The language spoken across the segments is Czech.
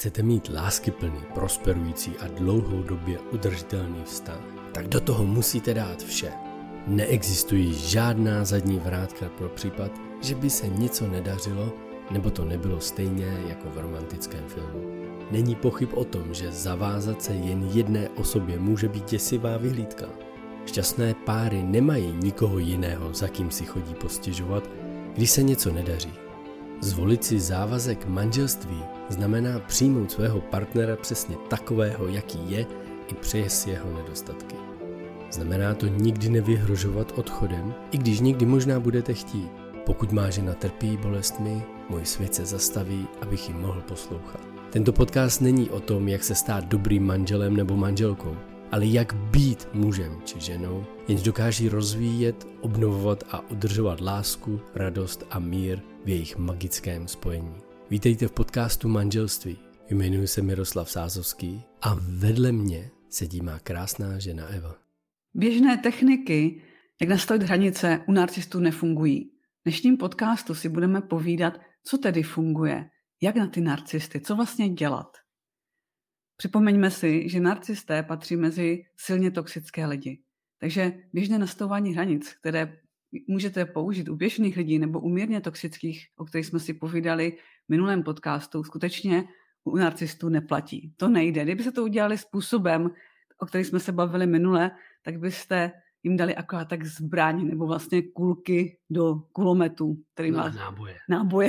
Chcete mít láskyplný, prosperující a dlouhodobě udržitelný vztah, tak do toho musíte dát vše. Neexistují žádná zadní vrátka pro případ, že by se něco nedařilo, nebo to nebylo stejně jako v romantickém filmu. Není pochyb o tom, že zavázat se jen jedné osobě může být děsivá vyhlídka. Šťastné páry nemají nikoho jiného, za kým si chodí postěžovat, když se něco nedaří. Zvolit si závazek manželství znamená přijmout svého partnera přesně takového, jaký je, i přes jeho nedostatky. Znamená to nikdy nevyhrožovat odchodem, i když někdy možná budete chtít. Pokud má žena trpí bolestmi, můj svět se zastaví, abych ji mohl poslouchat. Tento podcast není o tom, jak se stát dobrým manželem nebo manželkou, ale jak být mužem či ženou, jenž dokáží rozvíjet, obnovovat a udržovat lásku, radost a mír v jejich magickém spojení. Vítejte v podcastu Manželství. Jmenuji se Miroslav Sázovský a vedle mě sedí má krásná žena Eva. Běžné techniky, jak nastavit hranice, u narcistů nefungují. V dnešním podcastu si budeme povídat, co tedy funguje, jak na ty narcisty, co vlastně dělat. Připomeňme si, že narcisté patří mezi silně toxické lidi. Takže běžné nastavování hranic, které můžete použít u běžných lidí nebo u mírně toxických, o kterých jsme si povídali v minulém podcastu, skutečně u narcistů neplatí. To nejde. Kdyby se to udělali způsobem, o kterém jsme se bavili minule, tak byste jim dali akorát tak zbraň nebo vlastně kulky do kulometu. Který má... Náboje.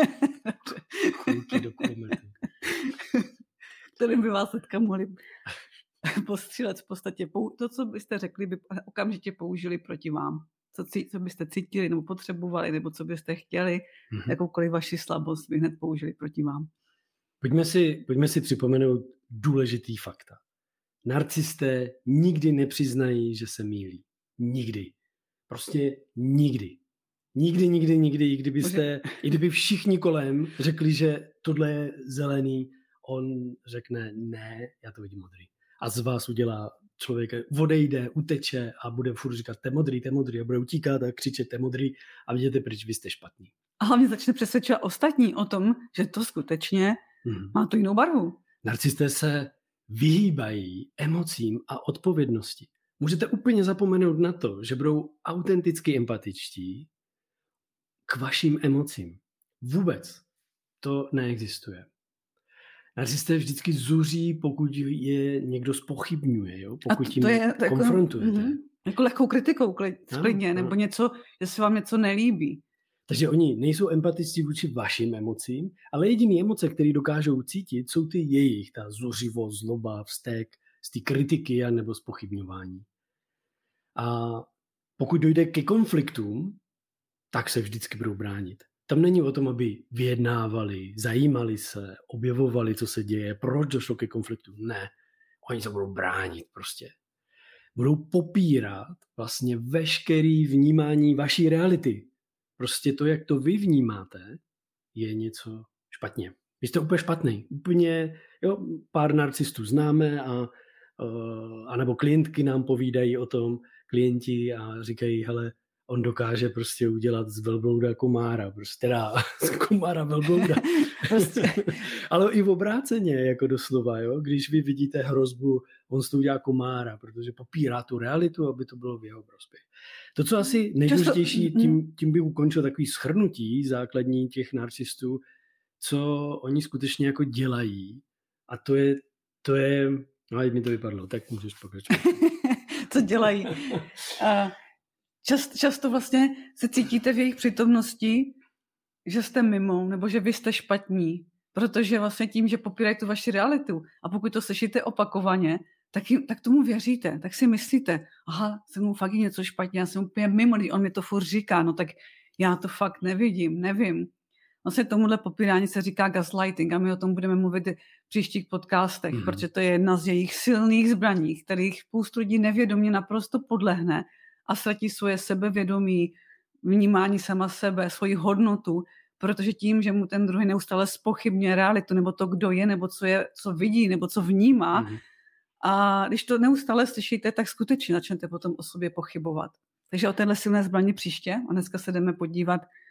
Kulky do kulometu. Kterým by vás teďka mohli postřílet v podstatě. To, co byste řekli, by okamžitě použili proti vám. Co byste cítili nebo potřebovali, nebo co byste chtěli, jakoukoliv vaši slabost by hned použili proti vám. Pojďme si připomenout důležitý fakta. Narcisté nikdy nepřiznají, že se mýlí. Nikdy. Prostě nikdy. Nikdy. I kdyby všichni kolem řekli, že tohle je zelený, on řekne ne, já to vidím modrý. A z vás udělá člověka, odejde, uteče a bude furt říkat te modrý a bude utíkat a křičet te modrý a vidíte pryč, vy jste špatný. A hlavně začne přesvědčovat ostatní o tom, že to skutečně má tu jinou barvu. Narcisté se vyhýbají emocím a odpovědnosti. Můžete úplně zapomenout na to, že budou autenticky empatičtí k vašim emocím. Vůbec to neexistuje. Narcisté vždycky zuří, pokud je někdo zpochybňuje, jo? Pokud jim konfrontujete. Jako lehkou kritikou klidně, nebo něco, že se vám něco nelíbí. Takže oni nejsou empatičtí vůči vašim emocím, ale jediný emoce, které dokážou cítit, jsou ty jejich, ta zuřivost, zloba, vztek, z té kritiky a nebo zpochybňování. A pokud dojde ke konfliktům, tak se vždycky budou bránit. Tam není o tom, aby vyjednávali, zajímali se, objevovali, co se děje, proč došlo ke konfliktu. Ne, oni se budou bránit prostě. Budou popírat vlastně veškerý vnímání vaší reality. Prostě to, jak to vy vnímáte, je něco špatně. Vy jste úplně špatný. Úplně, jo, pár narcistů známe a nebo klientky nám povídají o tom, klienti a říkají, hele, on dokáže prostě udělat z velblouda komára, prostě teda z komára velblouda. Prostě. Ale i v obráceně, jako doslova, jo? Když vy vidíte hrozbu, on z toho udělá komára, protože popírá tu realitu, aby to bylo v jeho prospěch. To, co asi nejdůležitější, tím by ukončil takový shrnutí základní těch narcistů, co oni skutečně jako dělají, a to je, no mi to vypadlo, tak můžeš pokračovat. Co dělají? Často vlastně se cítíte v jejich přítomnosti, že jste mimo, nebo že vy jste špatní, protože vlastně tím, že popírají tu vaši realitu a pokud to slyšíte opakovaně, tak tomu věříte, tak si myslíte, aha, jsem mu fakt něco špatně, já jsem úplně mimo, on mi to furt říká, no tak já to fakt nevím. Vlastně tomuhle popírání se říká gaslighting a my o tom budeme mluvit v příštích podcastech, protože to je jedna z jejich silných zbraní, kterých spoustu lidí nevědomě naprosto podlehne a ztratí svoje sebevědomí, vnímání sama sebe, svoji hodnotu, protože tím, že mu ten druhý neustále zpochybňuje realitu, nebo to, kdo je, nebo co vidí, nebo co vnímá. A když to neustále slyšíte, tak skutečně začnete potom o sobě pochybovat. Takže o téhle silné zbraně příště a dneska se jdeme podívat,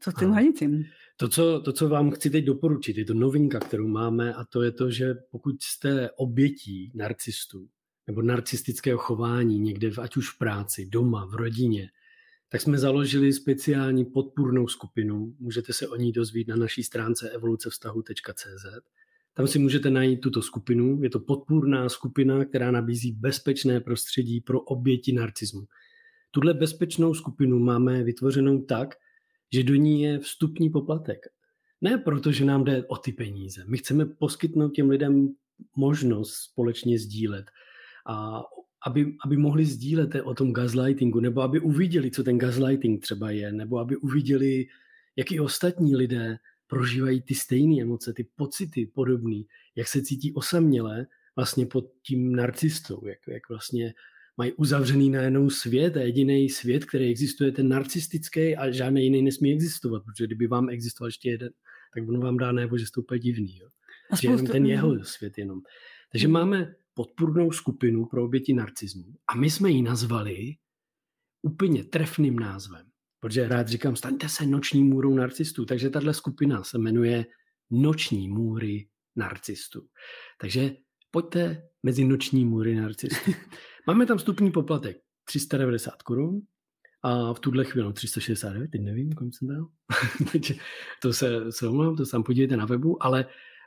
Co těm hranicím? To, co vám chci teď doporučit, je to novinka, kterou máme, a to je to, že pokud jste obětí narcistů nebo narcistického chování někde, ať už v práci, doma, v rodině, tak jsme založili speciální podpůrnou skupinu. Můžete se o ní dozvít na naší stránce evolucevztahu.cz. Tam si můžete najít tuto skupinu. Je to podpůrná skupina, která nabízí bezpečné prostředí pro oběti narcismu. Tuhle bezpečnou skupinu máme vytvořenou tak, že do ní je vstupní poplatek. Ne proto, že nám jde o ty peníze. My chceme poskytnout těm lidem možnost společně sdílet, a aby mohli sdílet o tom gaslightingu, nebo aby uviděli, co ten gaslighting třeba je, nebo aby uviděli, jak i ostatní lidé prožívají ty stejné emoce, ty pocity podobný, jak se cítí osamělé vlastně pod tím narcistou, jak vlastně mají uzavřený najednou svět a jediný svět, který existuje, ten narcistický, a žádný jiný nesmí existovat, protože kdyby vám existoval ještě jeden, tak on vám dá najevo, že jste úplně divný. Jo? Že jenom ten jeho svět jenom. Takže máme podpůrnou skupinu pro oběti narcismu a my jsme ji nazvali úplně trefným názvem, protože rád říkám, staňte se noční můrou narcistů, takže tahle skupina se jmenuje Noční můry narcistů. Takže pojďte mezi noční můry narcistů. Máme tam vstupní poplatek 390 korun a v tuhle chvíli 369, teď nevím, kolik jsem dal. To se omlouvám, to se tam podívejte na webu, ale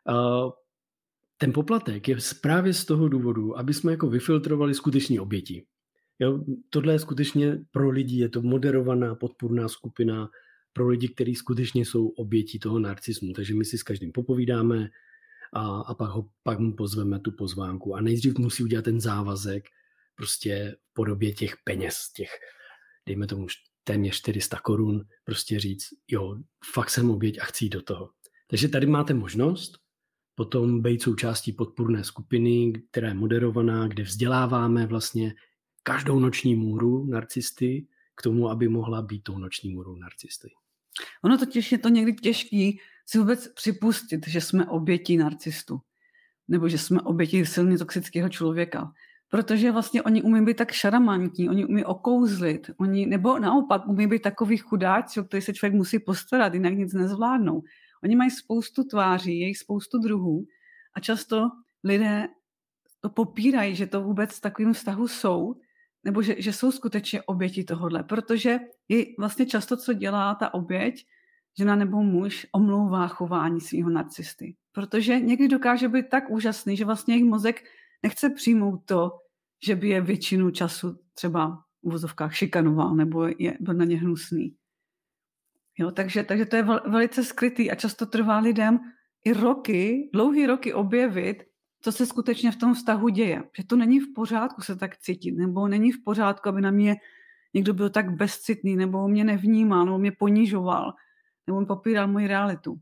ten poplatek je právě z toho důvodu, aby jsme jako vyfiltrovali skuteční oběti. Jo, tohle je skutečně pro lidi, je to moderovaná podpůrná skupina pro lidi, kteří skutečně jsou oběti toho narcismu. Takže my si s každým popovídáme a pak mu pozveme tu pozvánku. A nejdřív musí udělat ten závazek prostě v podobě těch peněz, těch, dejme tomu téměř 400 korun, prostě říct, jo, fakt jsem oběť a chci jít do toho. Takže tady máte možnost potom být součástí podpůrné skupiny, která je moderovaná, kde vzděláváme vlastně každou noční můru narcisty k tomu, aby mohla být tou noční můrou narcisty. Ono totiž je to někdy těžký si vůbec připustit, že jsme obětí narcistu. Nebo že jsme obětí silně toxického člověka. Protože vlastně oni umí být tak šaramantní, oni umí okouzlit, nebo naopak umí být takový chudáci, o který se člověk musí postarat, jinak nic nezvládnou. Oni mají spoustu tváří, je jich spoustu druhů a často lidé to popírají, že to vůbec v takovém vztahu jsou, nebo že jsou skutečně oběti tohodle, protože je vlastně často, co dělá ta oběť, žena nebo muž, omlouvá chování svého narcisty. Protože někdy dokáže být tak úžasný, že vlastně jejich mozek nechce přijmout to, že by je většinu času třeba v uvozovkách šikanoval nebo byl na ně hnusný. Jo, takže to je velice skrytý a často trvá lidem i dlouhý roky objevit, co se skutečně v tom vztahu děje. Že to není v pořádku se tak cítit, nebo není v pořádku, aby na mě někdo byl tak bezcitný, nebo mě nevnímal, nebo mě ponižoval, nebo mi popíral moji realitu.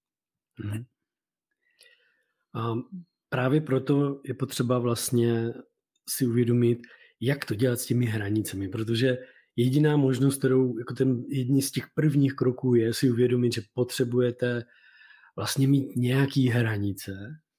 A právě proto je potřeba vlastně si uvědomit, jak to dělat s těmi hranicemi, protože jediná možnost, kterou jako jedni z těch prvních kroků je si uvědomit, že potřebujete vlastně mít nějaký hranice,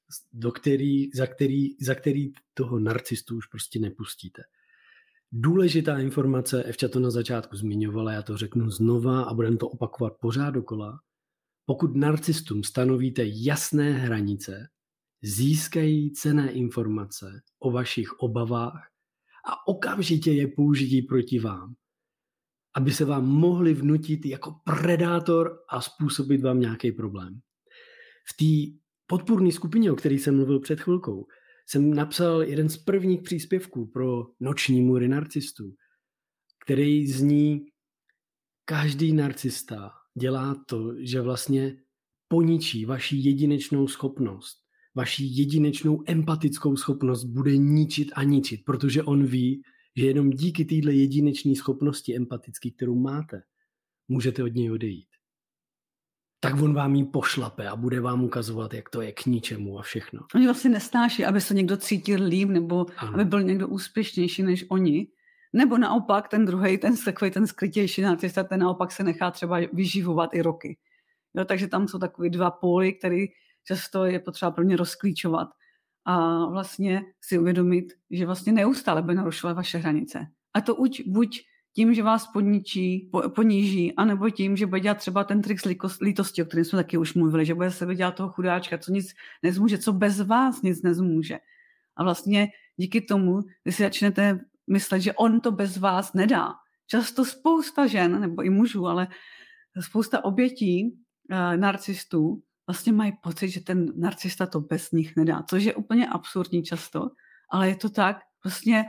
za který toho narcistu už prostě nepustíte. Důležitá informace, Evča to na začátku zmiňovala, já to řeknu znova a budeme to opakovat pořád dokola. Pokud narcistům stanovíte jasné hranice, získají cenné informace o vašich obavách a okamžitě je použití proti vám, aby se vám mohli vnutit jako predátor a způsobit vám nějaký problém. V té podpůrné skupině, o které jsem mluvil před chvilkou, jsem napsal jeden z prvních příspěvků pro noční můry narcistů, který zní: každý narcista dělá to, že vlastně poničí vaši jedinečnou schopnost, vaši jedinečnou empatickou schopnost bude ničit a ničit, protože on ví, že jenom díky této jedinečné schopnosti empatické, kterou máte, můžete od něj odejít. Tak on vám ji pošlape a bude vám ukazovat, jak to je k ničemu a všechno. Oni vlastně nesnáší, aby se někdo cítil líp, nebo aby byl někdo úspěšnější než oni. Nebo naopak ten druhej, ten skrytější narcista, ten naopak se nechá třeba vyživovat i roky. Jo, takže tam jsou takový dva póly, který často je potřeba pro ně rozklíčovat a vlastně si uvědomit, že vlastně neustále by narušovat vaše hranice. A to buď tím, že vás poníží, anebo tím, že bude dělat třeba ten trik z lítosti, o kterém jsme taky už mluvili, že bude se dělat toho chudáčka, co nic nezmůže, co bez vás nic nezmůže. A vlastně díky tomu, když si začnete myslet, že on to bez vás nedá. Často spousta žen, nebo i mužů, ale spousta obětí narcistů vlastně mají pocit, že ten narcista to bez nich nedá, což je úplně absurdní často, ale je to tak, vlastně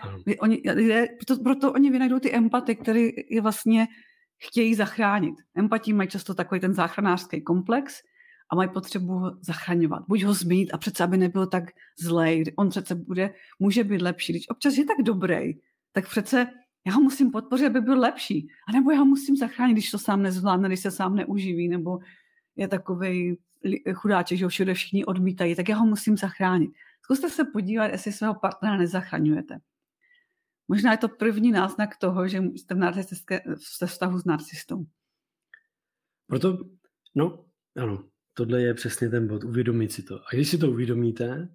proto oni vynajdou ty empaty, které je vlastně chtějí zachránit. Empatí mají často takový ten záchranářský komplex a mají potřebu zachraňovat. Buď ho zmít a přece, aby nebyl tak zlej, on přece může být lepší. Když občas je tak dobrý, tak přece já ho musím podpořit, aby byl lepší. A nebo já ho musím zachránit, když to sám nezvládne, když se sám neuživí, nebo je takovej chudáček, že ho všude všichni odmítají, tak já ho musím zachránit. Zkuste se podívat, jestli svého partnera nezachraňujete. Možná je to první náznak toho, že jste v vztahu s narcistou. Proto, ano, tohle je přesně ten bod, uvědomit si to. A když si to uvědomíte,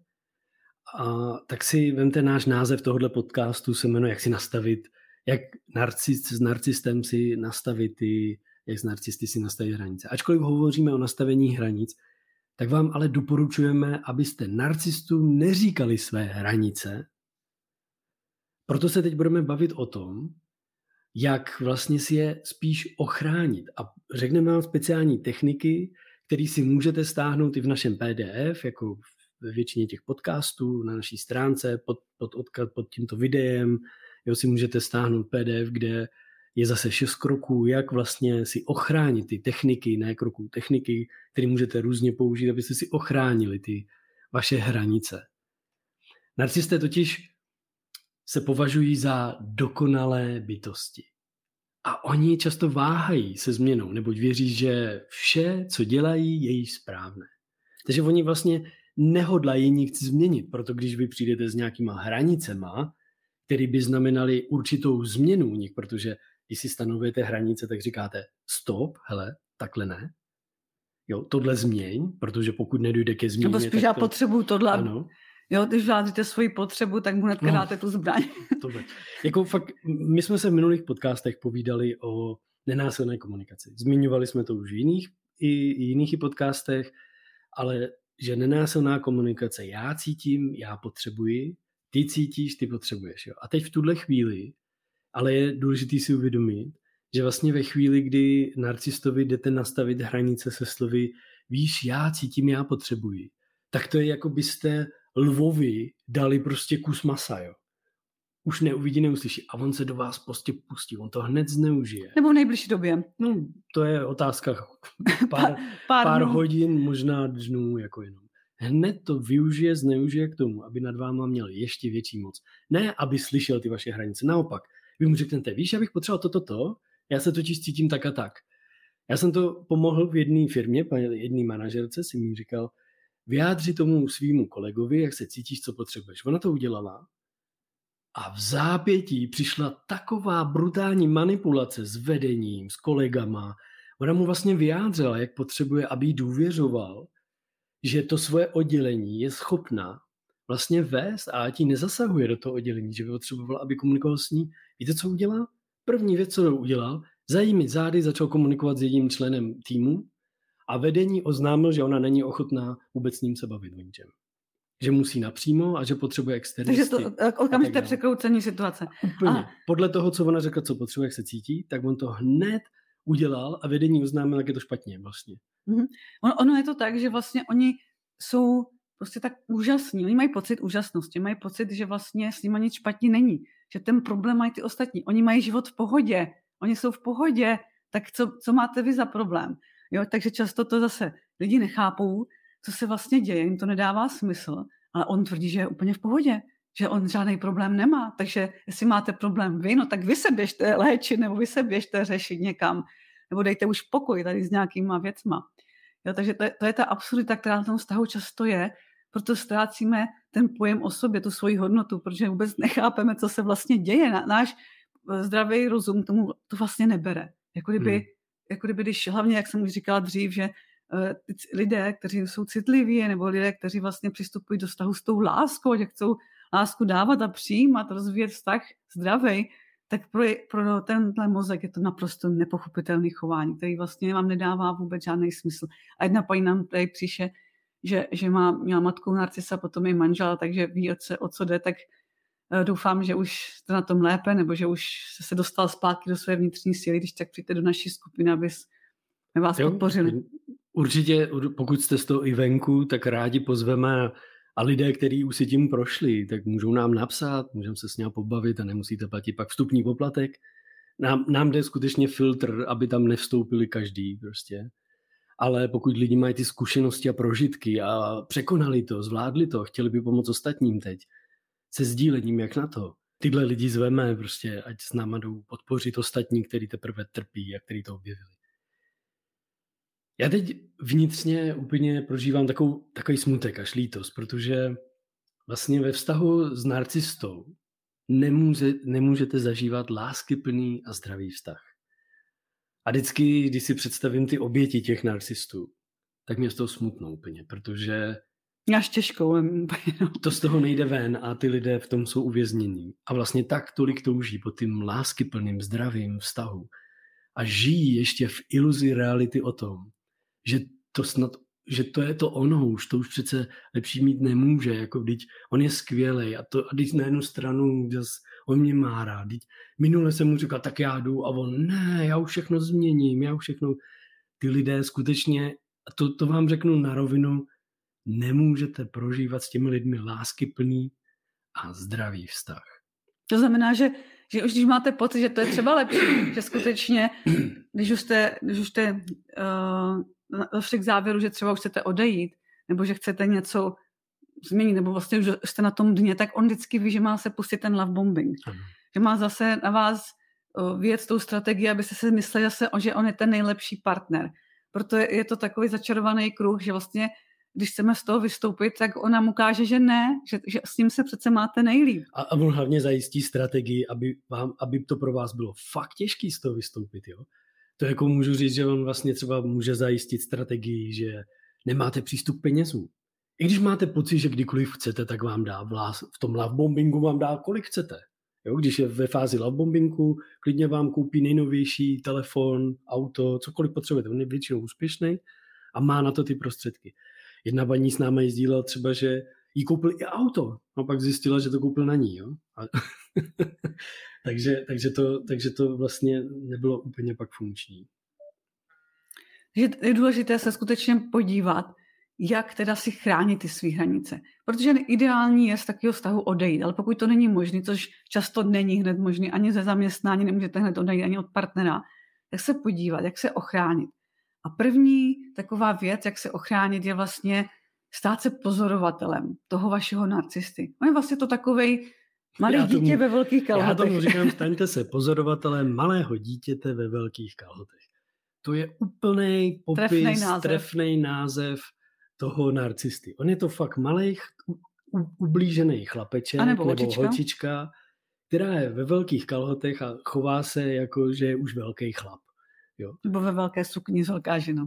tak si vemte náš název tohohle podcastu, se jmenuje Jak si nastavit, jak s narcistem si nastavit jak s narcisty si nastavit hranice. Ačkoliv hovoříme o nastavení hranic, tak vám ale doporučujeme, abyste narcistům neříkali své hranice. Proto se teď budeme bavit o tom, jak vlastně si je spíš ochránit. A řekneme vám speciální techniky, které si můžete stáhnout i v našem PDF, jako ve většině těch podcastů, na naší stránce, pod tímto videem. Jo, si můžete stáhnout PDF, kde je zase 6 kroků, jak vlastně si ochránit ty techniky, ne kroků, techniky, které můžete různě použít, abyste si ochránili ty vaše hranice. Narcisté totiž se považují za dokonalé bytosti. A oni často váhají se změnou, neboť věří, že vše, co dělají, je již správné. Takže oni vlastně nehodlají nic změnit, proto když vy přijdete s nějakýma hranicema, které by znamenaly určitou změnu u nich, protože když si stanovujete hranice, tak říkáte stop, hele, takhle ne. Jo, tohle změň, protože pokud nedojde ke změně... Nebo spíš já potřebuju tohle. Ano. Jo, když vládíte svoji potřebu, tak mu hnedka dáte tu zbraň. Tohle. Jako fakt, my jsme se v minulých podcastech povídali o nenásilné komunikaci. Zmiňovali jsme to už v jiných podcastech, ale že nenásilná komunikace, já cítím, já potřebuji, ty cítíš, ty potřebuješ. Jo. A teď v tuhle chvíli, ale je důležité si uvědomit, že vlastně ve chvíli, kdy narcistovi jdete nastavit hranice se slovy víš, já cítím, já potřebuji, tak to je jako byste lvovi dali prostě kus masa, jo. Už neuvidí, neuslyší a on se do vás prostě pustí, on to hned zneužije. Nebo v nejbližší době. No, to je otázka pár hodin, možná dnů, jako jenom. Hned to využije, zneužije k tomu, aby nad váma měl ještě větší moc. Ne, aby slyšel ty vaše hranice. Naopak, vy mu řeknete, víš, já bych potřeboval toto, já se totiž cítím tak a tak. Já jsem to pomohl v jedné firmě, jedné manažerce, si mi říkal, vyjádři tomu svýmu kolegovi, jak se cítíš, co potřebuješ. Ona to udělala a v zápětí přišla taková brutální manipulace s vedením, s kolegama. Ona mu vlastně vyjádřila, jak potřebuje, aby jí důvěřoval, že to svoje oddělení je schopná vlastně vést a ať jí nezasahuje do toho oddělení, že by potřebovala, aby komunikoval s ní. Víte, co udělal? První věc, co udělal, za jejími zády začal komunikovat s jedním členem týmu a vedení oznámil, že ona není ochotná vůbec s ním se bavit o ničem. Že musí napřímo a že potřebuje externisty. Takže to okamžité překroucení situace. Úplně. Podle toho, co ona řekla, co potřebuje, jak se cítí, tak on to hned udělal a vedení oznámil, jak je to špatně vlastně. Mm-hmm. Ono je to tak, že vlastně oni jsou prostě tak úžasní. Oni mají pocit úžasnosti, mají pocit, že vlastně s nimi nic špatně není. Že ten problém mají ty ostatní. Oni mají život v pohodě. Oni jsou v pohodě. Tak co máte vy za problém? Jo, takže často to zase lidi nechápou, co se vlastně děje, jim to nedává smysl, ale on tvrdí, že je úplně v pohodě, že on žádný problém nemá, takže jestli máte problém vy, no tak vy se běžte léčit, nebo vy se běžte řešit někam, nebo dejte už pokoj tady s nějakýma věcma. Jo, takže to je ta absurdita, která v tom vztahu často je, proto ztrácíme ten pojem o sobě, tu svoji hodnotu, protože vůbec nechápeme, co se vlastně děje. Náš zdravý rozum tomu to vlastně nebere. Jako kdyby, když hlavně, jak jsem už říkala dřív, že lidé, kteří jsou citliví, nebo lidé, kteří vlastně přistupují do vztahu s tou láskou, že chcou lásku dávat a přijímat, rozvíjet vztah zdravý, tak pro tenhle mozek je to naprosto nepochopitelné chování, který vlastně vám nedává vůbec žádný smysl. A jedna paní nám tady přišla, že měla matku narcisa, potom je manžel, takže ví, o co jde, tak doufám, že už jste na tom lépe, nebo že už se dostal zpátky do své vnitřní síly, když tak přijďte do naší skupiny, aby jsme vás podpořili. Určitě, pokud jste z toho i venku, tak rádi pozveme a lidé, kteří už si tím prošli, tak můžou nám napsat, můžeme se s ním pobavit a nemusíte platit pak vstupní poplatek. Nám jde skutečně filtr, aby tam nevstoupili každý prostě. Ale pokud lidi mají ty zkušenosti a prožitky a překonali to, zvládli to, chtěli by pomoct ostatním teď, se sdílením, jak na to. Tyhle lidi zveme prostě, ať s náma jdou podpořit ostatní, kteří teprve trpí a kteří to objevili. Já teď vnitřně úplně prožívám takový smutek až lítost, protože vlastně ve vztahu s narcistou nemůžete zažívat láskyplný a zdravý vztah. A vždycky, když si představím ty oběti těch narcistů, tak mě z toho smutno úplně, protože až těžkou. To z toho nejde ven a ty lidé v tom jsou uvěznění. A vlastně tak tolik touží po tím láskyplným, zdravým vztahu a žijí ještě v iluzi reality o tom, že to je to ono už, to už přece lepší mít nemůže, jako když on je skvělej a když na jednu stranu on mě má rád. Minule jsem mu říkal, tak já jdu a on, ne, já už všechno změním, ty lidé skutečně, a to vám řeknu na rovinu, nemůžete prožívat s těmi lidmi láskyplný a zdravý vztah. To znamená, že už když máte pocit, že to je třeba lepší, že skutečně, když už jste došli k závěru, že třeba už chcete odejít, nebo že chcete něco změnit, nebo vlastně už jste na tom dně, tak on vždycky ví, že má se pustit ten love bombing. Že má zase na vás vyjet tou strategii, abyste si mysleli, že on je ten nejlepší partner. Proto je to takový začarovaný kruh, že vlastně když chceme z toho vystoupit, tak ona nám ukáže, že ne, že s ním se přece máte nejlíp. A on hlavně zajistí strategii, aby to pro vás bylo fakt těžký z toho vystoupit. Jo? To jako můžu říct, že on vlastně třeba může zajistit strategii, že nemáte přístup k penězům. I když máte pocit, že kdykoliv chcete, tak vám dá v tom love bombingu vám dá kolik chcete. Jo? Když je ve fázi love bombingu, klidně vám koupí nejnovější telefon, auto, cokoliv potřebujete. On je většinou úspěšný a má na to ty prostředky. Jedna paní s náma jezdila třeba, že jí koupil i auto a pak zjistila, že to koupil na ní. Jo? takže to vlastně nebylo úplně pak funkční. Je důležité se skutečně podívat, jak teda si chránit ty své hranice. Protože ideální je z takového vztahu odejít, ale pokud to není možné, což často není hned možné, ani ze zaměstnání nemůžete hned odejít, ani od partnera, tak se podívat, jak se ochránit. A první taková věc, jak se ochránit, je vlastně stát se pozorovatelem toho vašeho narcisty. On je vlastně to takovej malé dítě ve velkých kalhotech. Já tomu říkám, staňte se pozorovatelem malého dítěte ve velkých kalhotech. To je úplný popis, trefnej název toho narcisty. On je to fakt malej, ublížený chlapeček nebo holčička, která je ve velkých kalhotech a chová se jako, že je už velký chlap. Jo. Nebo ve velké sukni z velká žena.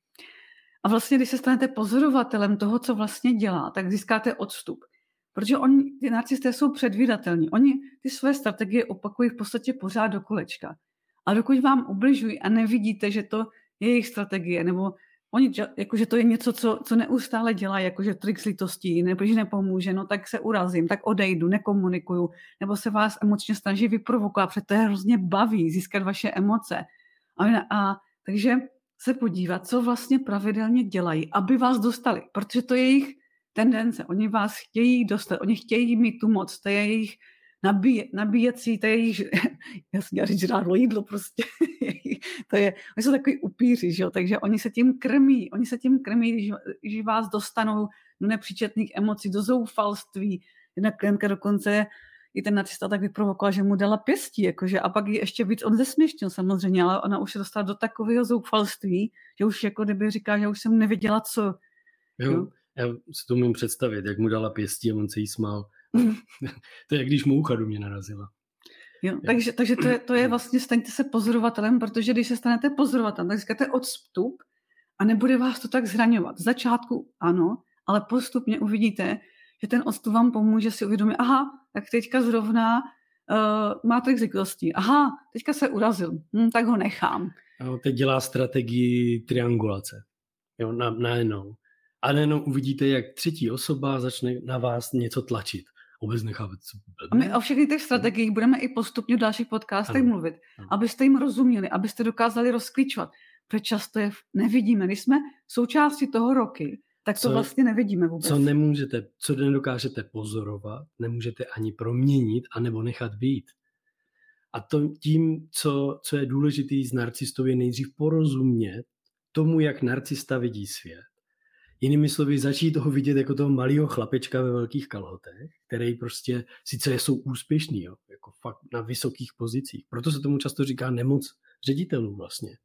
A vlastně, když se stanete pozorovatelem toho, co vlastně dělá, tak získáte odstup. Protože ty narcisté jsou předvídatelní. Oni ty své strategie opakují v podstatě pořád do kolečka. A dokud vám ubližují a nevidíte, že to je jejich strategie, nebo oni, jakože to je něco, co neustále dělají, jakože trik s litostí, nebo že nepomůže, no tak se urazím, tak odejdu, nekomunikuju, nebo se vás emočně snaží vyprovokovat, protože to je hrozně baví získat vaše emoce. A takže se podívat, co vlastně pravidelně dělají, aby vás dostali, protože to je jejich tendence. Oni vás chtějí dostat, oni chtějí mít tu moc, to je jejich nabíjecí, to je jejich, já říct žrádlo jídlo prostě. Oni jsou takový upíři, že jo? Takže oni se tím krmí, když vás dostanou do nepříčetných emocí, do zoufalství. Jedna klientka dokonce i ten narcista tak vyprovokoval, že mu dala pěstí, jakože, a pak ji ještě víc on zesměšnil samozřejmě, ale ona už se dostala do takového zoufalství, že už jako kdyby říká, že už jsem nevěděla, co. Jo. Já si to umím představit, jak mu dala pěstí a on se jí smál. To je, jak když moucha do mě narazila. Jo, takže to je vlastně, staňte se pozorovatelem, protože když se stanete pozorovatelem, tak získáte odstup a nebude vás to tak zraňovat. V začátku ano, ale postupně uvidíte, že ten odstup vám pomůže si uvědomit, aha, tak teďka zrovna má tolik zvyklostí. Aha, teďka se urazil, tak ho nechám. No, teď dělá strategii triangulace. Jo, najednou. A najednou uvidíte, jak třetí osoba začne na vás něco tlačit. Vůbec nechávat. A my o všech těch strategiích budeme i postupně v dalších podcastech mluvit, abyste jim rozuměli, abyste dokázali rozklíčovat. Protože často je nevidíme. Když jsme součástí toho roky, tak to vlastně nevidíme vůbec. Co nedokážete pozorovat, nemůžete ani proměnit anebo nechat být. A to tím, co je důležitý s narcistou, je nejdřív porozumět tomu, jak narcista vidí svět. Jinými slovy, začít toho vidět jako toho malého chlapečka ve velkých kalhotech, který prostě sice jsou úspěšný, jo, jako fakt na vysokých pozicích. Proto se tomu často říká nemoc ředitelů vlastně.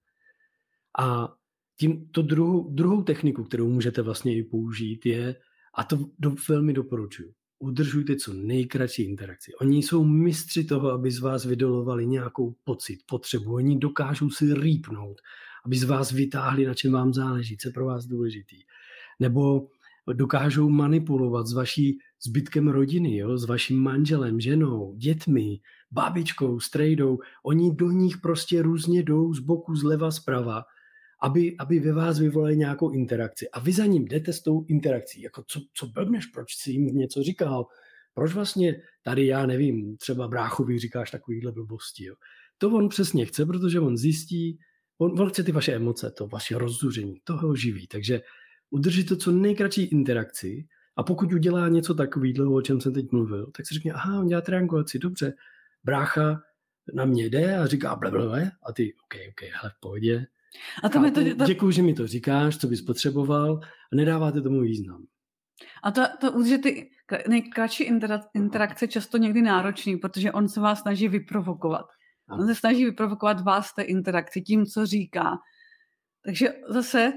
A druhou techniku, kterou můžete vlastně i použít, je, a to velmi doporučuji, udržujte co nejkratší interakci. Oni jsou mistři toho, aby z vás vydolovali nějakou pocit, potřebu. Oni dokážou si rýpnout, aby z vás vytáhli, na čem vám záleží, co je pro vás důležitý. Nebo dokážou manipulovat s vaší zbytkem rodiny, jo? S vaším manželem, ženou, dětmi, babičkou, strejdou. Oni do nich prostě různě jdou z boku, zleva, zprava, aby ve vás vyvolali nějakou interakci. A vy za ním jdete s tou interakcí. Jako co blbneš, proč jsi jim něco říkal? Proč vlastně tady, já nevím, třeba bráchovi říkáš takovýhle blbosti. Jo? To on přesně chce, protože on zjistí, on chce ty vaše emoce, to vaše rozzuření, to ho živí. Takže udrží to co nejkratší interakci a pokud udělá něco takového, o čem jsem teď mluvil, tak si řekne, aha, on dělá triangulaci, dobře. Brácha na mě jde a říká blablabla a ty, ok, hele, v pohodě. Děkuju, že mi to říkáš, co bys potřeboval a nedáváte tomu význam. A to už je ty nejkratší interakce často někdy náročný, protože on se vás snaží vyprovokovat. On se snaží vyprovokovat vás té interakci tím, co říká. Takže zase...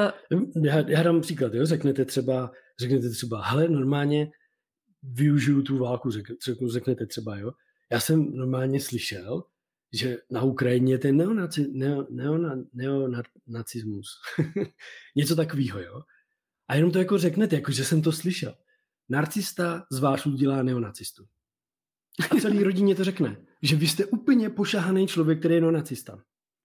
Já dám příklad, jo? Řeknete třeba, hele, normálně využiju tu válku, řeknete třeba, jo? Já jsem normálně slyšel, že na Ukrajině je ten neonacismus. Něco takového, jo? A jenom to jako řeknete, jako že jsem to slyšel. Narcista z vás udělá neonacistu. A celý rodině to řekne, že vy jste úplně pošahaný člověk, který je neonacista.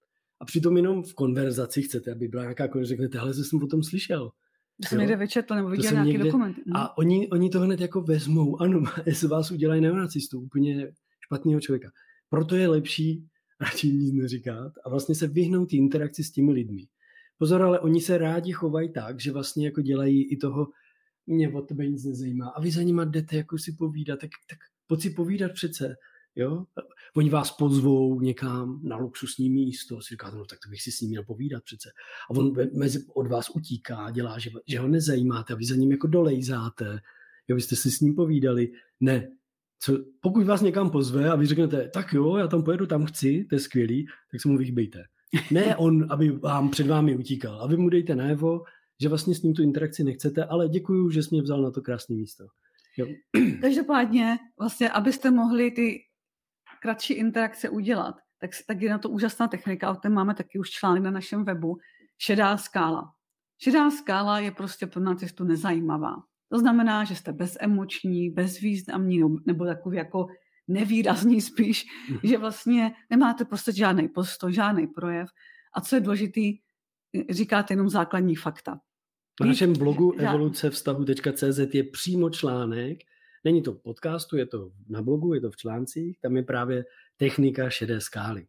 A přitom jenom v konverzaci chcete, aby byla nějaká konverzace, řeknete, hele, jsem o tom slyšel. To jsem někde vyčetl, nebo viděl nějaký dokument. A oni to hned jako vezmou, ano, jestli vás udělají neonacistu, úplně špatného člověka. Proto je lepší radši nic neříkat a vlastně se vyhnout té interakci s těmi lidmi. Pozor, ale oni se rádi chovají tak, že vlastně jako dělají i toho, mě o tebe nic nezajímá a vy za nima jdete jako si povídat, tak pojď si povídat přece, jo? Oni vás pozvou někam na luxusní místo, si říkáte, no tak to bych si s ním měl povídat přece. A on od vás utíká, dělá, že ho nezajímáte a vy za ním jako dolejzáte, jo, byste si s ním povídali. Ne, pokud vás někam pozve a vy řeknete, tak jo, já tam pojedu, tam chci, to je skvělý, tak se mu vyhbejte. Ne on, aby vám před vámi utíkal. A vy mu dejte najevo, že vlastně s ním tu interakci nechcete, ale děkuju, že jsi mě vzal na to krásné místo. Jo. Každopádně, vlastně, abyste mohli ty kratší interakce udělat, tak je na to úžasná technika, o tom máme taky už článek na našem webu, šedá skála. Šedá skála je prostě pro narcistu nezajímavá. To znamená, že jste bezemoční, bezvýznamní nebo takový jako nevýrazný spíš, že vlastně nemáte prostě žádný postoj, žádný projev a co je důležitý, říkáte jenom základní fakta. Na našem blogu evolucevztahu.cz je přímo článek, není to v podcastu, je to na blogu, je to v článcích, tam je právě technika šedé skály.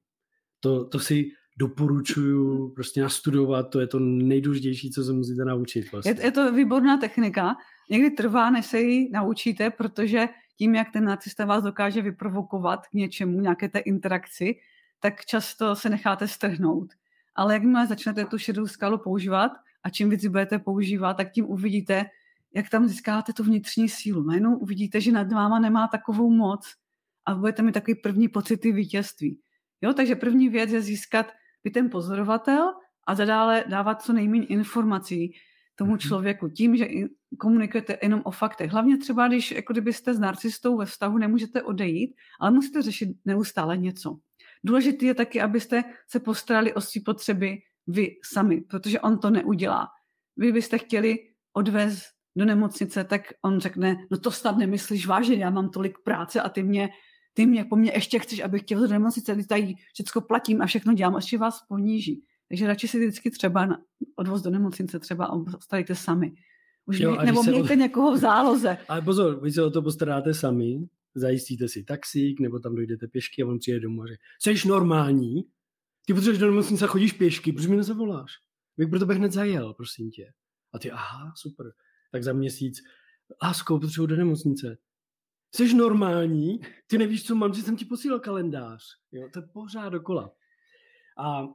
To si doporučuju prostě nastudovat, to je to nejdůležitější, co se musíte naučit. Vlastně. Je to výborná technika, někdy trvá, než se ji naučíte, protože tím, jak ten narcista vás dokáže vyprovokovat k něčemu, nějaké té interakci, tak často se necháte strhnout. Ale jakmile začnete tu šedou skálu používat a čím víc budete používat, tak tím uvidíte, jak tam získáte tu vnitřní sílu. Najednou uvidíte, že nad váma nemá takovou moc a budete mít takový první pocity vítězství. Jo, takže první věc je získat být ten pozorovatel a zadále dávat co nejméně informací tomu člověku tím, že komunikujete jenom o faktech. Hlavně třeba, když jako kdybyste s narcistou ve vztahu, nemůžete odejít, ale musíte řešit neustále něco. Důležité je taky, abyste se postarali o své potřeby vy sami, protože on to neudělá. Vy byste chtěli odvést do nemocnice, tak on řekne, no to snad nemyslíš vážně, já mám tolik práce a ty mě ty mě po mně ještě chceš, abych chtěl do nemocnice, ty tady všechno platím a všechno dělám, ještě vás poníží. Takže radši si vždycky třeba odvoz do nemocnice třeba starejte sami. Už nebo mějte někoho v záloze. Ale pozor, vy se o to postaráte sami, zajistíte si taxík, nebo tam dojdete pěšky a on přijde domů a řekne, jsi normální? Ty potřebuješ do nemocnice a chodíš pěšky, proč mi nezavoláš? Bych proto bych hned zajel, prosím tě. A ty, aha, super. Tak za měsíc, lásko, potřebuji do nemocnice. Jsi normální? Ty nevíš, co mám, že jsem ti posílal kalendář. Jo, to je pořád dokola. A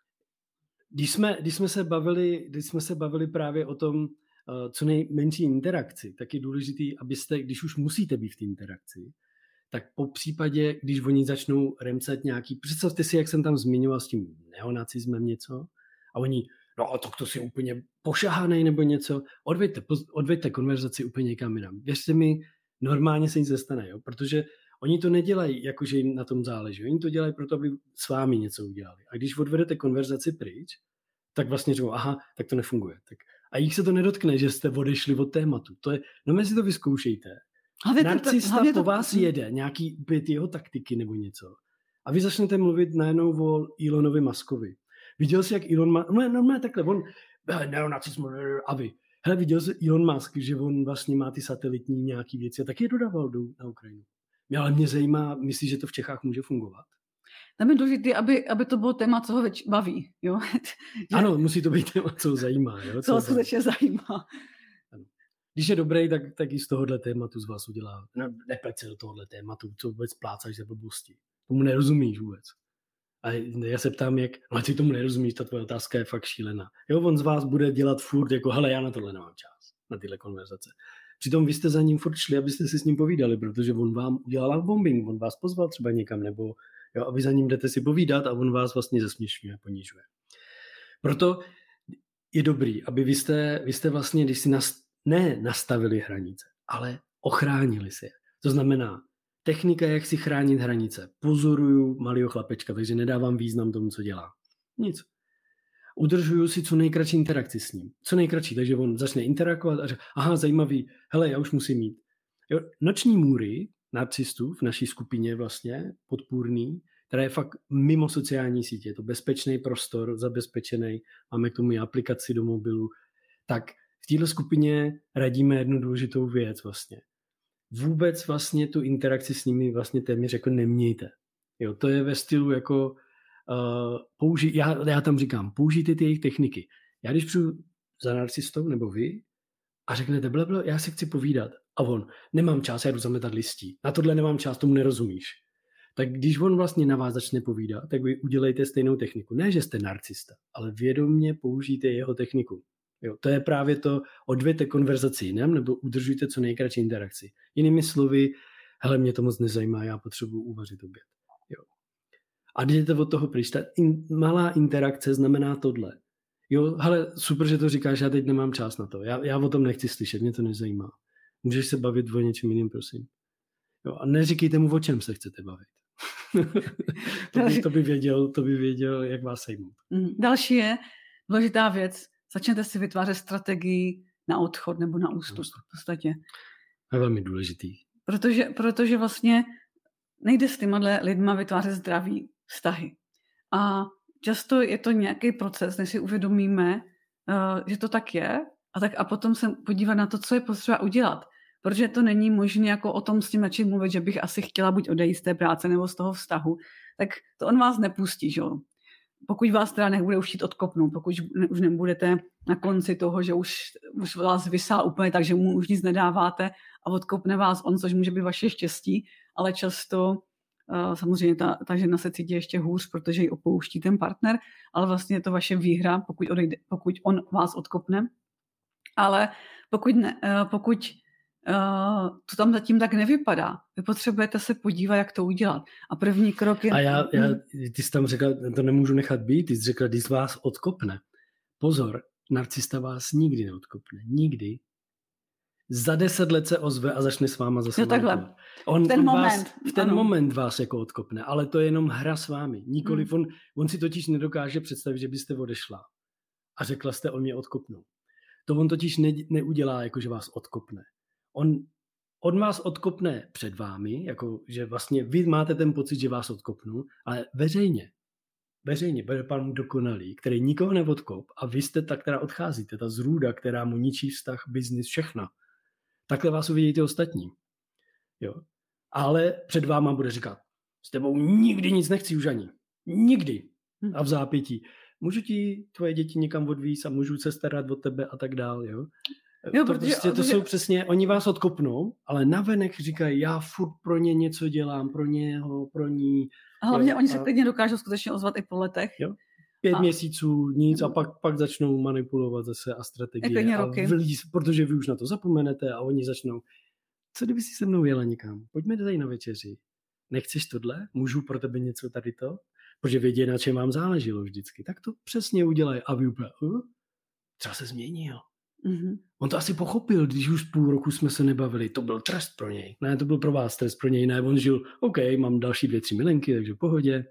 když jsme se bavili právě o tom, co nejmenší interakci, tak je důležitý, abyste, když už musíte být v té interakci, tak po případě, když oni začnou remcat nějaký, představte si, jak jsem tam zmiňoval s tím neonacismem něco, a oni, no a to si úplně pošahanej nebo něco, odveďte konverzaci úplně někam jinam. Věřte mi, normálně se nic nestane, jo? Protože oni to nedělají, jakože jim na tom záleží. Oni to dělají proto, aby s vámi něco udělali. A když odvedete konverzaci pryč, tak vlastně řeknou, aha, tak to nefunguje. A jich se to nedotkne, že jste odešli od tématu. To je, no mezi to vyzkoušejte. Narcista po vás jede, nějaký opět jeho taktiky nebo něco. A vy začnete mluvit najednou o Elonovi Muskovi. Viděl jsi, jak Elon Musk, no takhle, on, neonacismus, a vy. Hele, viděl jsi Elon Musk, že on vlastně má ty satelitní nějaký věci a taky je dodával na Ukrajinu. Ale mě zajímá, myslíš, že to v Čechách může fungovat? Tam je důležité, aby to bylo téma, co ho baví. Jo? Ano, musí to být téma, co ho zajímá. Jo? Co ho skutečně zajímá. Ano. Když je dobrý, tak i z tohohle tématu z vás udělá. Nepleť se do tohohle tématu, co vůbec plácáš za blbosti. Tomu nerozumíš vůbec. A já se ptám, ale ty tomu nerozumíš, ta tvoje otázka je fakt šílená. Jo, on z vás bude dělat furt jako, hele, já na tohle nemám čas, na tyhle konverzace. Přitom vy jste za ním furt šli, abyste si s ním povídali, protože on vám udělal bombing, on vás pozval třeba někam, nebo jo, a vy za ním jdete si povídat a on vás vlastně zesměšňuje a ponižuje. Proto je dobrý, aby vy jste vlastně, když si nastavili hranice, ale ochránili si je. To znamená, technika, jak si chránit hranice. Pozoruju malýho chlapečka, takže nedávám význam tomu, co dělá. Nic. Udržuju si co nejkratší interakci s ním. Co nejkratší, takže on začne interakovat a řekne, aha, zajímavý, hele, já už musím jít. Jo, noční můry narcistů v naší skupině vlastně podpůrný, která je fakt mimo sociální sítě. Je to bezpečný prostor, zabezpečený, máme k tomu i aplikaci do mobilu. Tak v této skupině radíme jednu důležitou věc vlastně. Vůbec vlastně tu interakci s nimi vlastně téměř jako nemějte. Jo, to je ve stylu jako já tam říkám, použijte ty jejich techniky. Já když přijdu za narcistou nebo vy a řeknete, blablabla, já si chci povídat a on, nemám čas, já jdu zametat listí. Na tohle nemám čas, tomu nerozumíš. Tak když on vlastně na vás začne povídat, tak vy udělejte stejnou techniku. Ne, že jste narcista, ale vědomě použijte jeho techniku. Jo, to je právě to, odvěte konverzaci jinam nebo udržujte co nejkratší interakci. Jinými slovy, hele, mě to moc nezajímá, já potřebuji uvařit oběd. Jo. A jdete od toho pryč. Ta malá interakce znamená tohle. Jo, hele, super, že to říkáš, já teď nemám čas na to. Já o tom nechci slyšet, mě to nezajímá. Můžeš se bavit o něčem jiným, prosím. Jo, a neříkejte mu, o čem se chcete bavit. to by věděl, jak vás sejmout. Další je důležitá věc. Začněte si vytvářet strategii na odchod nebo na ústup v podstatě. Je velmi důležitý. Protože vlastně nejde s těma lidma vytvářet zdravý vztahy. A často je to nějaký proces, než si uvědomíme, že to tak je, a potom se podívat na to, co je potřeba udělat. Protože to není možné jako o tom s tím začít mluvit, že bych asi chtěla buď odejít z té práce nebo z toho vztahu, tak to on vás nepustí, že jo. Pokud vás teda nebude už chtít odkopnout, pokud už nebudete na konci toho, že už vás vysál úplně tak, že mu už nic nedáváte a odkopne vás on, což může být vaše štěstí, ale často samozřejmě ta žena se cítí ještě hůř, protože ji opouští ten partner, ale vlastně je to vaše výhra, pokud on vás odkopne. Ale pokud to tam zatím tak nevypadá. Vy potřebujete se podívat, jak to udělat. A první krok je... Ty jsi tam řekla, to nemůžu nechat být, ty jsi řekla, když vás odkopne. Pozor, narcista vás nikdy neodkopne. Nikdy. Za 10 let se ozve a začne s váma zase. No takhle. V ten moment vás jako odkopne, ale to je jenom hra s vámi. Nikoliv on si totiž nedokáže představit, že byste odešla a řekla jste, on mě odkopnul. To on totiž neudělá, jako že vás odkopne. on vás odkopne před vámi, jako že vlastně vy máte ten pocit, že vás odkopnu, ale veřejně bude pan dokonalý, který nikoho neodkop a vy jste ta, která odcházíte, ta zrůda, která mu ničí vztah, biznis, všechno. Takhle vás uvidí ty ostatní. Jo. Ale před váma bude říkat, s tebou nikdy nic nechci už ani. Nikdy. A v zápětí. Můžu ti tvoje děti někam odvízt a můžu se starat o tebe a tak dál. Jo? Jo, To jsou přesně, oni vás odkopnou, ale navenek říkají, já furt pro ně něco dělám, pro něho, pro ní. A hlavně oni se klidně dokážou skutečně ozvat i po letech. Jo? 5 měsíců, nic a pak začnou manipulovat zase a strategie. A protože vy už na to zapomenete a oni začnou, co kdyby si se mnou jela někam? Pojďme tady na večeři. Nechceš tohle? Můžu pro tebe něco tady to? Protože vědí, na čem vám záleželo vždycky. Tak to přesně udělají a vy úplně, třeba se změnil. Mm-hmm. On to asi pochopil, když už půl roku jsme se nebavili. To byl trest pro něj. Ne, to byl pro vás trest pro něj. Ne, on žil, OK, mám další 2-3 milenky, takže v pohodě.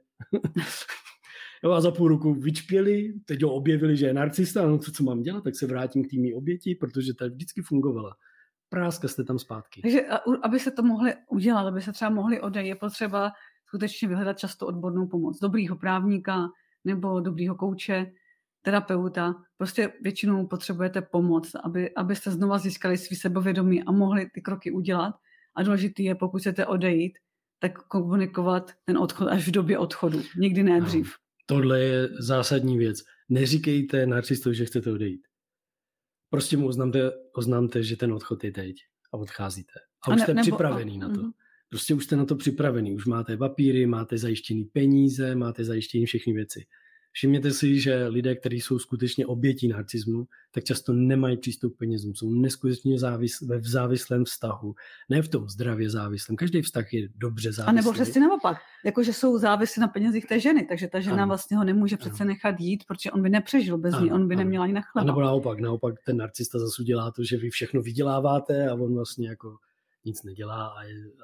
Jo, a za půl roku vyčpěli, teď ho objevili, že je narcista, no co mám dělat, tak se vrátím k té mý oběti, protože ta vždycky fungovala. Práska jste tam zpátky. Takže aby se to mohli udělat, aby se třeba mohli odejít, je potřeba skutečně vyhledat často odbornou pomoc. Dobrýho právníka nebo dobrýho kouče, terapeuta. Prostě většinou potřebujete pomoc, abyste znova získali svý sebevědomí a mohli ty kroky udělat. A důležitý je, pokud chcete odejít, tak komunikovat ten odchod až v době odchodu. Nikdy ne dřív. Tohle je zásadní věc. Neříkejte narcistovi, že chcete odejít. Prostě mu oznámte, že ten odchod je teď a odcházíte. A už jste připravený na to. Prostě už jste na to připravený. Už máte papíry, máte zajištěný peníze, máte zajištěný všechny věci. Všimněte si, že lidé, kteří jsou skutečně obětí narcismu, tak často nemají přístup k penězům. Jsou neskutečně ve závislém vztahu. Ne v tom zdravě závislém. Každý vztah je dobře závislý. A nebo přesně naopak. Jakože jsou závislí na penězích té ženy. Takže ta žena vlastně ho nemůže přece nechat jít, protože on by nepřežil bez ní. On by neměl ani na chleba. A nebo naopak ten narcista zase udělá to, že vy všechno vyděláváte a on vlastně jako nic nedělá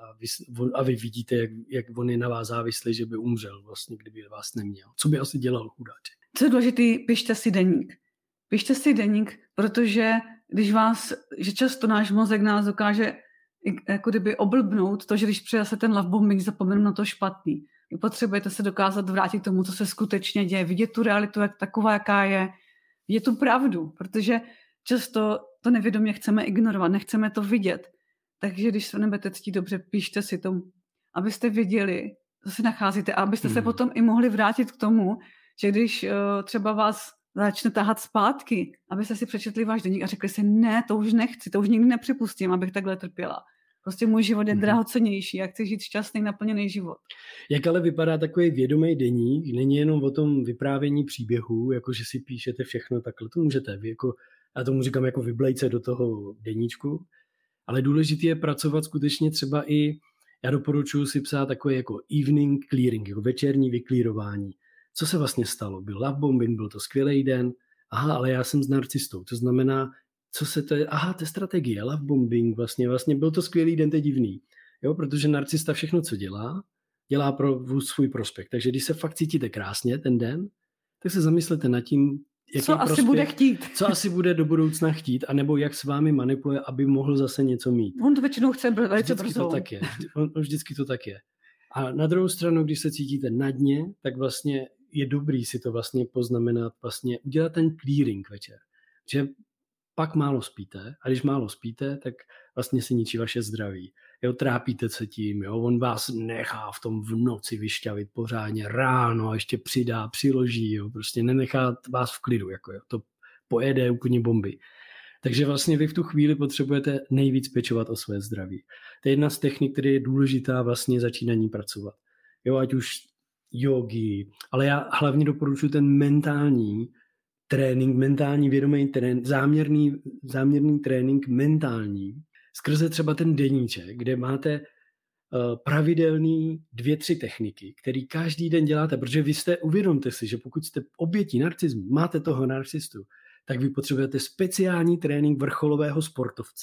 a vy vidíte, jak on je na vás závislý, že by umřel vlastně, kdyby vás neměl. Co by asi dělal chudáček? Co je důležité, pište si deník. Pište si deník, protože že často náš mozek nás dokáže jako kdyby oblbnout to, že když přijde se ten lovebombing, zapomenu na to špatný. Vy potřebujete se dokázat vrátit k tomu, co se skutečně děje, vidět tu realitu jak taková, jaká je, vidět tu pravdu, protože často to nevědomě chceme ignorovat, nechceme to vidět. Takže když se nebudete cítit dobře, píšte si to, abyste věděli, co si nacházíte a abyste se potom i mohli vrátit k tomu, že když třeba vás začne tahat zpátky, abyste si přečetli váš deník a řekli si, ne, to už nechci, to už nikdy nepřipustím, abych takhle trpěla. Prostě můj život je drahocennější, já chci žít šťastný, naplněný život. Jak ale vypadá takový vědomý deník? Není jenom o tom vyprávění příběhů, jako že si píšete všechno takhle, to můžete, jako, já tomu říkám jako vyblejce do toho deníčku, ale důležité je pracovat skutečně třeba i, já doporučuji si psát takové jako evening clearing, jako večerní vyklírování. Co se vlastně stalo? Byl lovebombing, byl to skvělý den, ale já jsem s narcistou, to znamená, to je strategie, lovebombing, vlastně byl to skvělý den, to je divný. Jo, protože narcista všechno, co dělá pro svůj prospekt. Takže když se fakt cítíte krásně ten den, tak se zamyslete nad tím, co asi bude chtít. Co asi bude do budoucna chtít, anebo jak s vámi manipuluje, aby mohl zase něco mít. On to většinou chce velice brzo. Vždycky to tak je. A na druhou stranu, když se cítíte na dně, tak vlastně je dobrý si to vlastně poznamenat, vlastně udělat ten clearing večer. Že pak málo spíte a když málo spíte, tak vlastně si ničí vaše zdraví. Jo, trápíte se tím, jo, on vás nechá v noci vyšťavit pořádně, ráno a ještě přiloží, jo, prostě nenechá vás v klidu, jako jo, to pojede úplně bomby. Takže vlastně vy v tu chvíli potřebujete nejvíc pečovat o své zdraví. To je jedna z technik, která je důležitá vlastně začínaní pracovat. Jo, ať už jogi, ale já hlavně doporučuji ten mentální trénink, mentální vědomý trénink, záměrný trénink mentální, skrze třeba ten deníček, kde máte pravidelný 2-3 techniky, které každý den děláte, protože uvědomte si, že pokud jste obětí narcismu, máte toho narcistu, tak vy potřebujete speciální trénink vrcholového sportovce,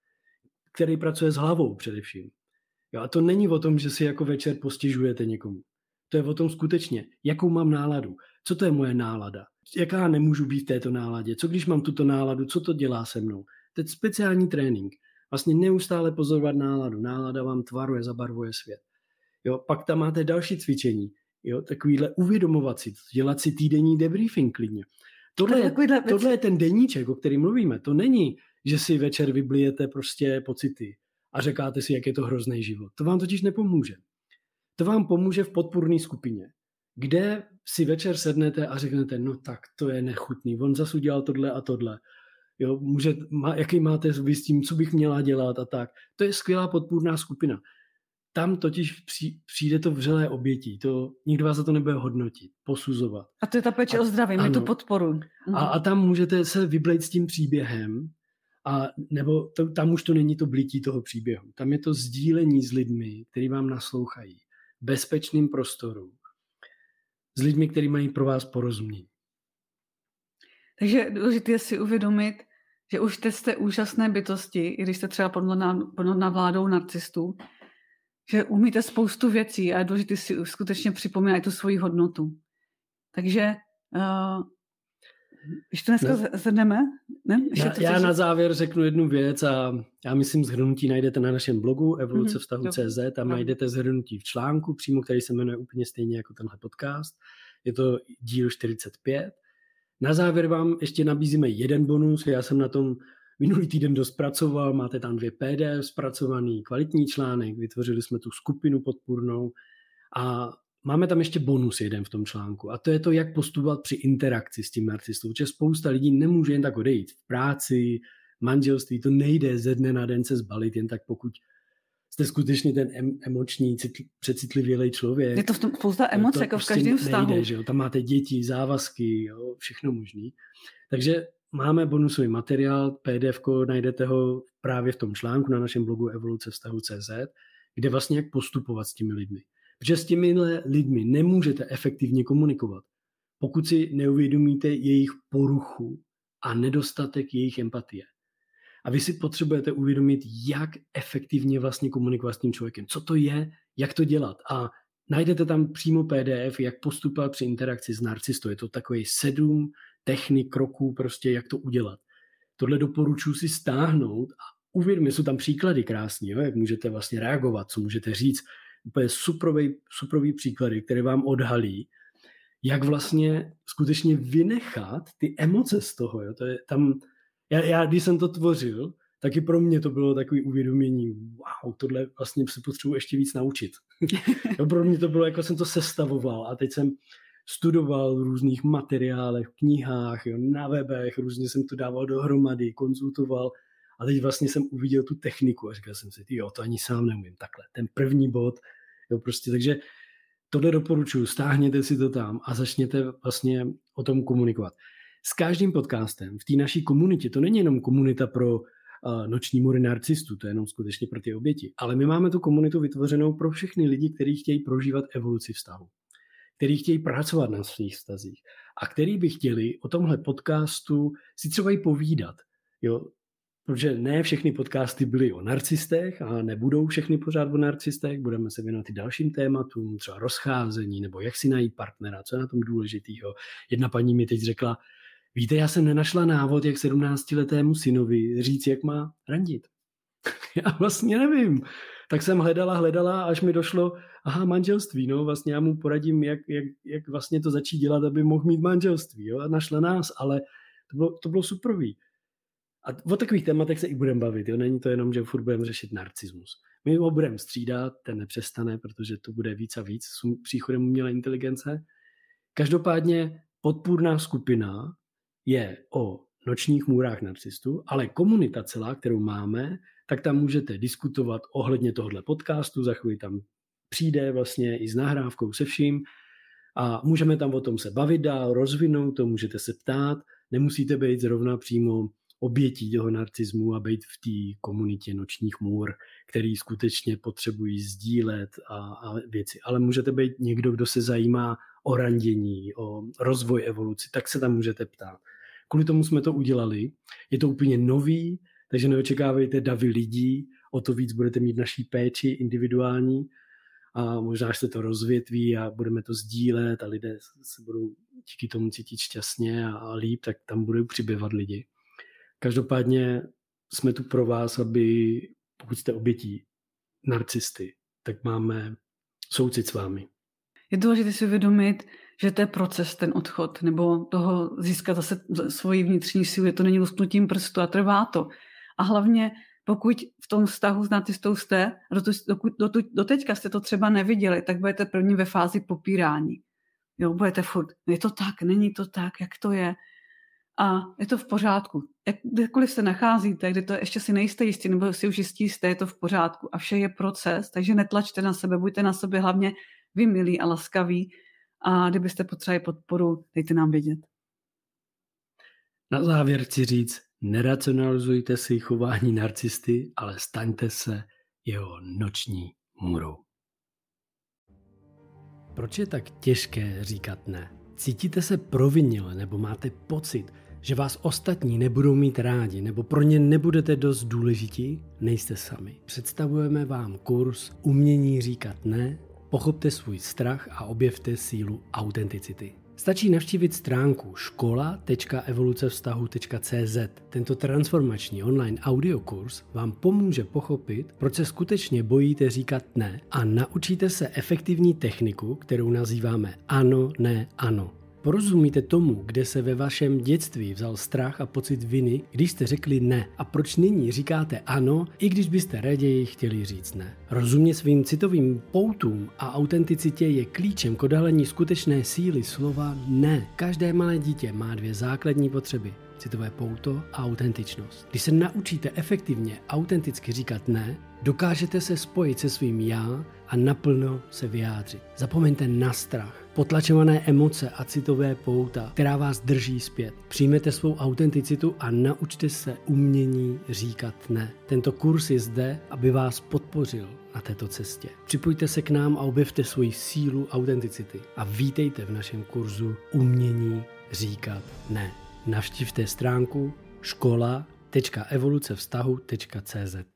který pracuje s hlavou především. Jo, a to není o tom, že si jako večer postižujete někomu. To je o tom skutečně, jakou mám náladu, co to je moje nálada, jaká nemůžu být v této náladě, co když mám tuto náladu, co to dělá se mnou. To je speciální trénink. Vlastně neustále pozorovat náladu. Nálada vám tvaruje, zabarvuje svět. Jo, pak tam máte další cvičení. Jo, takovýhle uvědomovat si, dělat si týdenní debriefing klidně. Tohle je ten deníček, o kterém mluvíme. To není, že si večer vyblijete prostě pocity a říkáte si, jak je to hrozný život. To vám totiž nepomůže. To vám pomůže v podpůrné skupině, kde si večer sednete a řeknete, no tak to je nechutný, on zas udělal tohle a tohle. Jo, jaký máte vy s tím, co bych měla dělat a tak. To je skvělá podpůrná skupina. Tam totiž přijde to vřelé obětí. Nikdo vás za to nebude hodnotit, posuzovat. A to je ta péče o zdraví, my tu podporu. A tam můžete se vyblejt s tím příběhem, nebo tam už to není to blití toho příběhu. Tam je to sdílení s lidmi, kteří vám naslouchají. V bezpečným prostoru. S lidmi, kteří mají pro vás porozumění. Takže důležité je si uvědomit, že už jste úžasné bytosti, i když jste třeba pod nadvládou narcistů, že umíte spoustu věcí a je důležité si skutečně připomínat tu svoji hodnotu. Takže když to dneska zhrneme? Já na závěr řeknu jednu věc a já myslím, shrnutí najdete na našem blogu evolucevztahu.cz, tam najdete shrnutí v článku, přímo, který se jmenuje úplně stejně jako tenhle podcast. Je to díl 45. Na závěr vám ještě nabízíme jeden bonus, já jsem na tom minulý týden dost pracoval, máte tam 2 PDF zpracovaný, kvalitní článek, vytvořili jsme tu skupinu podpůrnou a máme tam ještě bonus jeden v tom článku a to je to, jak postupovat při interakci s tím narcistou, protože spousta lidí nemůže jen tak odejít v práci, manželství, to nejde ze dne na den se zbalit, jen tak pokud jste skutečně ten emoční, přecitlivělej člověk. Je to spousta emoce, jako v každém vztahu. Nejde, že jo? Tam máte děti, závazky, jo? Všechno možný. Takže máme bonusový materiál, PDF-ko, najdete ho právě v tom článku na našem blogu evolucevztahu.cz, kde vlastně jak postupovat s těmi lidmi. Protože s těmi lidmi nemůžete efektivně komunikovat, pokud si neuvědomíte jejich poruchu a nedostatek jejich empatie. A vy si potřebujete uvědomit, jak efektivně vlastně komunikovat s tím člověkem. Co to je, jak to dělat. A najdete tam přímo PDF, jak postupovat při interakci s narcistou. Je to takový 7 technik, kroků, prostě jak to udělat. Tohle doporučuji si stáhnout a uvědomit, jsou tam příklady krásný, jo, jak můžete vlastně reagovat, co můžete říct. Úplně suprový příklady, které vám odhalí, jak vlastně skutečně vynechat ty emoce z toho. Jo. To je tam, já, když jsem to tvořil, taky pro mě to bylo takové uvědomění, wow, tohle vlastně se potřebuji ještě víc naučit. Jo, pro mě to bylo, jako jsem to sestavoval a teď jsem studoval v různých materiálech, v knihách, jo, na webech, různě jsem to dával dohromady, konzultoval a teď vlastně jsem uviděl tu techniku a říkal jsem si, to ani sám neumím takhle. Ten první bod, jo, prostě, takže tohle doporučuji, stáhněte si to tam a začněte vlastně o tom komunikovat. S každým podcastem v té naší komunitě, to není jenom komunita pro noční můry narcistů, to je jenom skutečně pro ty oběti, ale my máme tu komunitu vytvořenou pro všechny lidi, kteří chtějí prožívat evoluci vztahu, kteří chtějí pracovat na svých vztazích a kteří by chtěli o tomhle podcastu si třeba i povídat. Jo? Protože ne všechny podcasty byly o narcistech a nebudou všechny pořád o narcistech, budeme se věnovat i dalším tématům, třeba rozcházení nebo jak si najít partnera, co je na tom důležitýho. Jedna paní mi teď řekla, víte, já jsem nenašla návod, jak 17letému synovi říct, jak má randit. Já vlastně nevím. Tak jsem hledala, až mi došlo, manželství, no, vlastně já mu poradím, jak vlastně to začít dělat, aby mohl mít manželství, jo, a našla nás, ale to bylo superový. A o takových tématech se i budeme bavit, jo, není to jenom, že furt budeme řešit narcismus. My ho budeme střídat, ten nepřestane, protože to bude víc a víc s příchodem umělé inteligence. Každopádně podpůrná skupina je o nočních můrách narcistů, ale komunita celá, kterou máme, tak tam můžete diskutovat ohledně tohohle podcastu, za chvíli tam přijde vlastně i s nahrávkou se vším a můžeme tam o tom se bavit dál, rozvinout to, můžete se ptát, nemusíte být zrovna přímo obětí toho narcismu a být v té komunitě nočních můr, který skutečně potřebují sdílet a věci. Ale můžete být někdo, kdo se zajímá o randění, o rozvoj evoluci, tak se tam můžete ptát. Kvůli tomu jsme to udělali. Je to úplně nový, takže neočekávejte davy lidí, o to víc budete mít naší péči individuální a možná se to rozvětví a budeme to sdílet a lidé se budou díky tomu cítit šťastně a líp, tak tam budou přibývat lidi. Každopádně jsme tu pro vás, aby pokud jste obětí narcisty, tak máme soucit s vámi. Je důležité si uvědomit, že to je proces, ten odchod, nebo toho získat zase svoji vnitřní sílu, to není lusknutím prstu a trvá to. A hlavně, pokud v tom vztahu s narcistou jste, doteďka jste to třeba neviděli, tak budete první ve fázi popírání. Jo, budete furt, je to tak, není to tak, jak to je. A je to v pořádku. Kdekoliv se nacházíte, kde to ještě si nejste jistí, nebo si už jistí jste, je to v pořádku. A vše je proces, takže netlačte na sebe, buďte na sobě hlavně vy milí a laskaví. A kdybyste potřebovali podporu, dejte nám vědět. Na závěr chci říct, neracionalizujte si chování narcisty, ale staňte se jeho noční můrou. Proč je tak těžké říkat ne? Cítíte se provinile nebo máte pocit, že vás ostatní nebudou mít rádi nebo pro ně nebudete dost důležití? Nejste sami. Představujeme vám kurz Umění říkat ne, pochopte svůj strach a objevte sílu autenticity. Stačí navštívit stránku škola.evolucevztahu.cz. Tento transformační online audiokurs vám pomůže pochopit, proč se skutečně bojíte říkat ne a naučíte se efektivní techniku, kterou nazýváme ano, ne, ano. Porozumíte tomu, kde se ve vašem dětství vzal strach a pocit viny, když jste řekli ne a proč nyní říkáte ano, i když byste raději chtěli říct ne. Rozumět svým citovým poutům a autenticitě je klíčem k odhalení skutečné síly slova ne. Každé malé dítě má 2 základní potřeby. Citové pouto a autentičnost. Když se naučíte efektivně autenticky říkat ne, dokážete se spojit se svým já a naplno se vyjádřit. Zapomeňte na strach, potlačované emoce a citové pouta, která vás drží zpět. Přijměte svou autenticitu a naučte se umění říkat ne. Tento kurz je zde, aby vás podpořil na této cestě. Připojte se k nám a objevte svoji sílu autenticity a vítejte v našem kurzu Umění říkat ne. Navštivte stránku škola.evolucevztahu.cz.